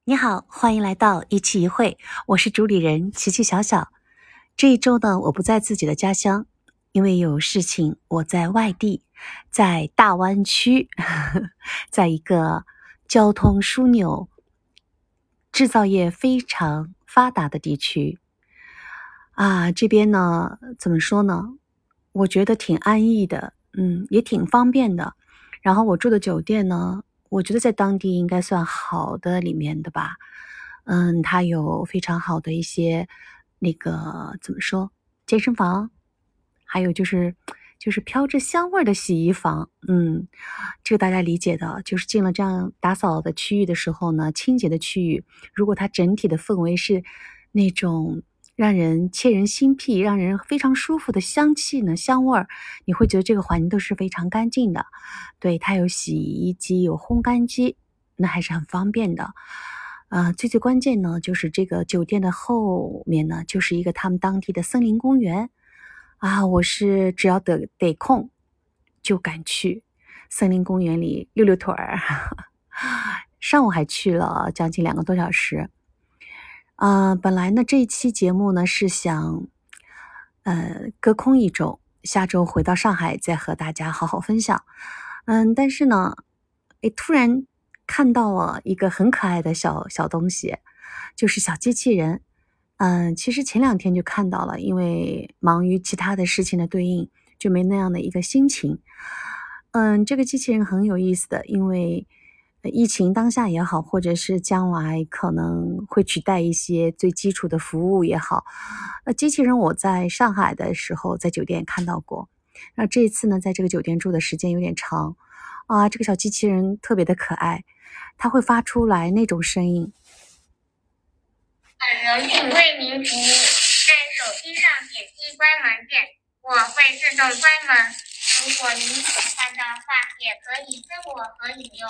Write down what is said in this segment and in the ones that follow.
你好，欢迎来到一期一会，我是主理人琪琪小小。这一周呢，我不在自己的家乡，因为有事情，我在外地，在大湾区，在一个交通枢纽、制造业非常发达的地区。这边呢，怎么说呢？我觉得挺安逸的，也挺方便的。然后我住的酒店呢，我觉得在当地应该算好的里面的吧。它有非常好的一些那个怎么说，健身房，还有就是飘着香味儿的洗衣房。这个大家理解的，就是进了这样打扫的区域的时候呢，清洁的区域，如果它整体的氛围是那种让人沁人心脾、让人非常舒服的香气呢，香味儿，你会觉得这个环境都是非常干净的。对，它有洗衣机，有烘干机，那还是很方便的。最关键呢，就是这个酒店的后面呢，就是一个他们当地的森林公园。我是只要得空就赶去森林公园里溜溜腿儿。上午还去了将近2个多小时。本来呢这一期节目呢是想隔空一周，下周回到上海再和大家好好分享。但是呢，突然看到了一个很可爱的小东西，就是小机器人。其实前2天就看到了，因为忙于其他的事情的对应，就没那样的一个心情。这个机器人很有意思的，因为疫情当下也好，或者是将来可能会取代一些最基础的服务也好。机器人我在上海的时候在酒店看到过，那这一次呢，在这个酒店住的时间有点长。这个小机器人特别的可爱，它会发出来那种声音。 本人只为您服务，在手机上点击关门键，我会自动关门。如果您喜欢的话，也可以跟我合影哟。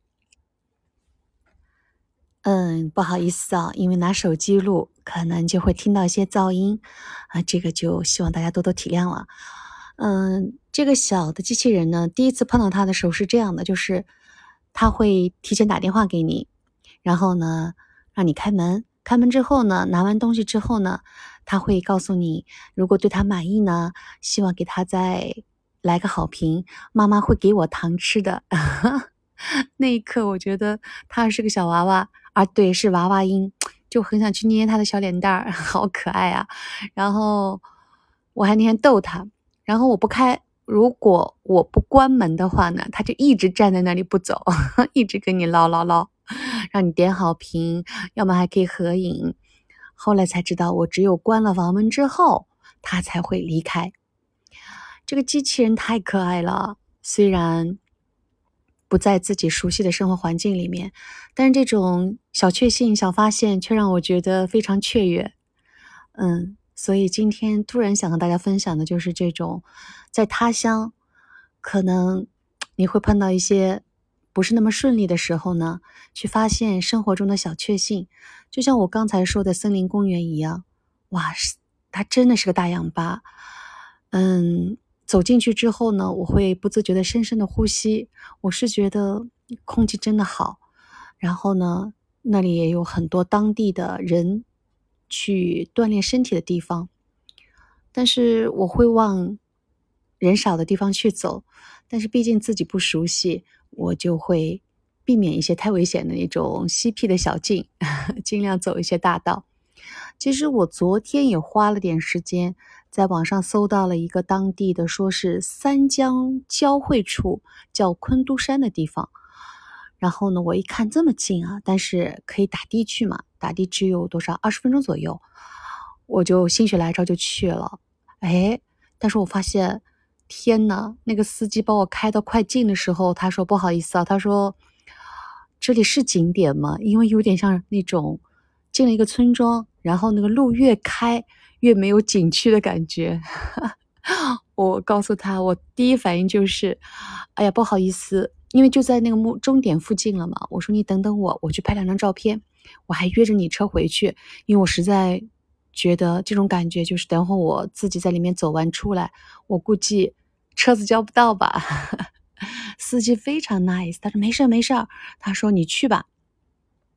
不好意思啊，因为拿手机录，可能就会听到一些噪音。这个就希望大家多多体谅了。这个小的机器人呢，第一次碰到它的时候是这样的，就是它会提前打电话给你，然后呢，让你开门。开门之后呢，拿完东西之后呢，它会告诉你，如果对它满意呢，希望给它再来个好评，妈妈会给我糖吃的。那一刻，我觉得它是个小娃娃。对，是娃娃音，就很想去捏他的小脸蛋儿，好可爱啊。然后我还那天逗他，然后如果我不关门的话呢，他就一直站在那里不走，一直跟你唠唠唠，让你点好评，要么还可以合影。后来才知道，我只有关了房门之后，他才会离开。这个机器人太可爱了，虽然不在自己熟悉的生活环境里面，但是这种小确幸、小发现却让我觉得非常雀跃。所以今天突然想和大家分享的就是这种，在他乡，可能你会碰到一些不是那么顺利的时候呢，去发现生活中的小确幸，就像我刚才说的森林公园一样。哇，它真的是个大氧吧。走进去之后呢，我会不自觉的深深的呼吸，我是觉得空气真的好。然后呢，那里也有很多当地的人去锻炼身体的地方，但是我会往人少的地方去走，但是毕竟自己不熟悉，我就会避免一些太危险的那种嬉皮的小径，尽量走一些大道。其实我昨天也花了点时间，在网上搜到了一个当地的说是三江交汇处，叫昆都山的地方。然后呢，我一看这么近啊，但是可以打的去嘛，打的只有多少20分钟左右，我就心血来潮就去了。但是我发现，天呐，那个司机把我开到快进的时候，他说不好意思啊，他说这里是景点吗？因为有点像那种进了一个村庄，然后那个路越开越没有景区的感觉。我告诉他，我第一反应就是，哎呀，不好意思，因为就在那个终点附近了嘛。我说你等等我，我去拍2张照片，我还约着你车回去，因为我实在觉得这种感觉就是等会我自己在里面走完出来，我估计车子交不到吧。司机非常 nice，他说没事没事，他说你去吧。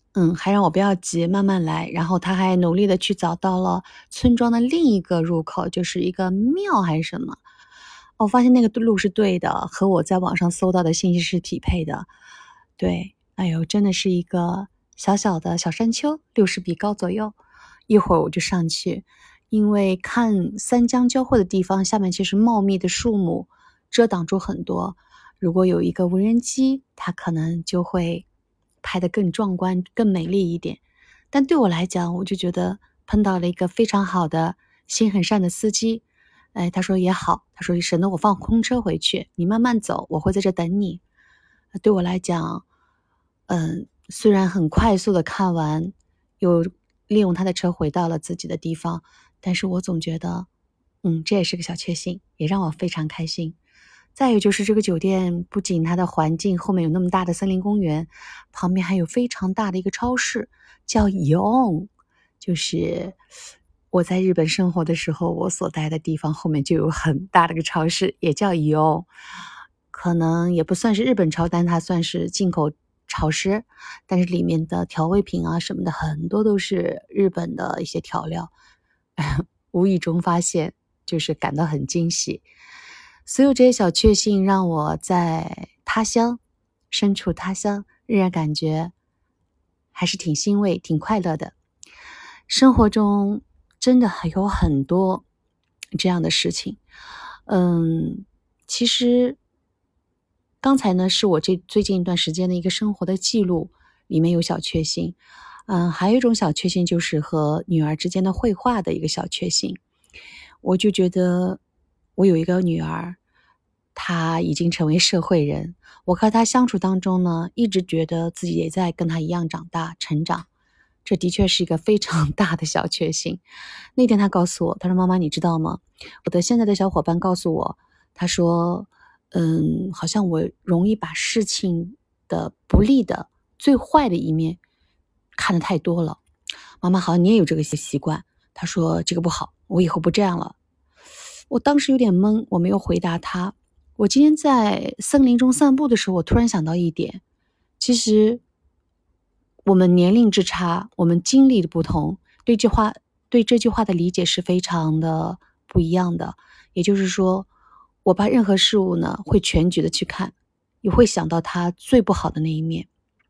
还让我不要急，慢慢来。然后他还努力的去找到了村庄的另一个入口，就是一个庙还是什么。我发现那个路是对的，和我在网上搜到的信息是匹配的。对，哎呦，真的是一个小小的小山丘，60米高左右。一会儿我就上去，因为看三江交汇的地方，下面其实茂密的树木遮挡住很多。如果有一个无人机，它可能就会拍得更壮观、更美丽一点。但对我来讲，我就觉得碰到了一个非常好的、心很善的司机。他说也好，他说省得我放空车回去，你慢慢走，我会在这等你。对我来讲，虽然很快速的看完，又利用他的车回到了自己的地方，但是我总觉得，这也是个小确幸，也让我非常开心。再有就是这个酒店，不仅它的环境后面有那么大的森林公园，旁边还有非常大的一个超市，叫 Ion，就是我在日本生活的时候，我所待的地方后面就有很大的一个超市，也叫 Ion。可能也不算是日本超，但它算是进口超市，但是里面的调味品啊什么的很多都是日本的一些调料，无意中发现，就是感到很惊喜。所有这些小确幸让我在他乡，身处他乡，仍然感觉还是挺欣慰、挺快乐的。生活中真的还有很多这样的事情。其实刚才呢是我最近一段时间的一个生活的记录，里面有小确幸。还有一种小确幸就是和女儿之间的绘画的一个小确幸。我就觉得我有一个女儿，她已经成为社会人。我和她相处当中呢，一直觉得自己也在跟她一样长大成长，这的确是一个非常大的小确幸。那天她告诉我，她说：“妈妈，你知道吗？我的现在的小伙伴告诉我，他说，好像我容易把事情的不利的、最坏的一面看得太多了。妈妈，好像你也有这个习惯。”他说：“这个不好，我以后不这样了。”我当时有点懵，我没有回答他。我今天在森林中散步的时候，我突然想到一点，其实我们年龄之差，我们经历的不同，对这句话的理解是非常的不一样的。也就是说，我把任何事物呢，会全局的去看，也会想到它最不好的那一面。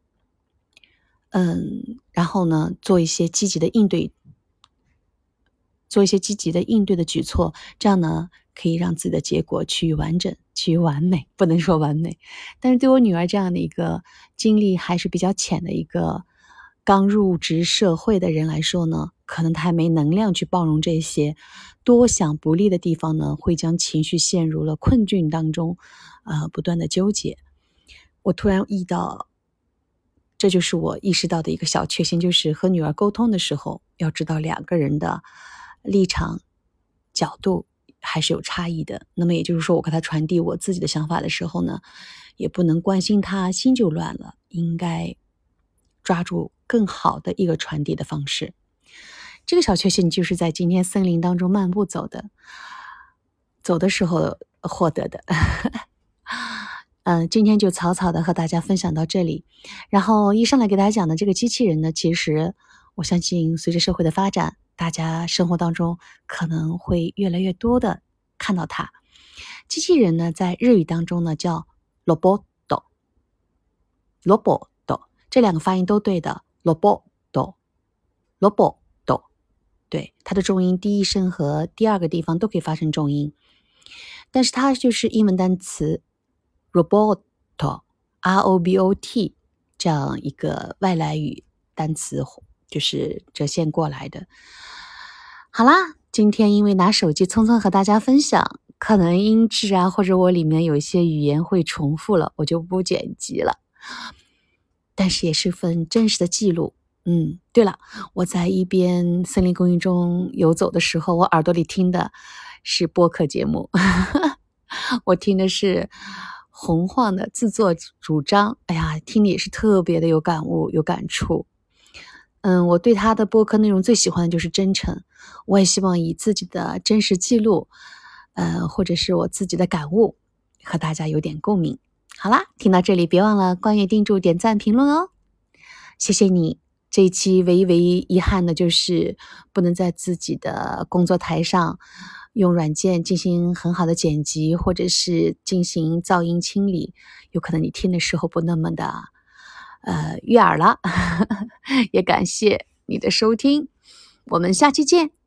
然后呢，做一些积极的应对的举措，这样呢，可以让自己的结果趋于完整、趋于完美，不能说完美。但是对我女儿这样的一个经历还是比较浅的一个刚入职社会的人来说呢，可能她还没能量去包容这些，多想不利的地方呢，会将情绪陷入了困境当中，不断的纠结。我突然这就是我意识到的一个小确幸，就是和女儿沟通的时候，要知道两个人的立场、角度还是有差异的。那么也就是说，我和她传递我自己的想法的时候呢，也不能关心她心就乱了，应该抓住更好的一个传递的方式。这个小确幸就是在今天森林当中漫步走的时候获得的。今天就草草的和大家分享到这里。然后一上来给大家讲的这个机器人呢，其实我相信随着社会的发展，大家生活当中可能会越来越多的看到它。机器人呢，在日语当中呢叫 robot， 这两个发音都对的 robot， 对，它的重音第一声和第二个地方都可以发成重音，但是它就是英文单词robot ROBOT 这样一个外来语单词，就是折现过来的。好啦，今天因为拿手机匆匆和大家分享，可能音质啊或者我里面有一些语言会重复了，我就不剪辑了，但是也是份真实的记录。对了，我在一边森林公园中游走的时候，我耳朵里听的是播客节目我听的是洪晃的自作主张，哎呀，听的也是特别的有感悟、有感触。我对他的播客内容最喜欢的就是真诚，我也希望以自己的真实记录，或者是我自己的感悟，和大家有点共鸣。好啦，听到这里别忘了关注、订阅、点赞、评论哦，谢谢你。 这一期唯一遗憾的就是不能在自己的工作台上用软件进行很好的剪辑，或者是进行噪音清理，有可能你听的时候不那么的悦耳了。也感谢你的收听，我们下期见。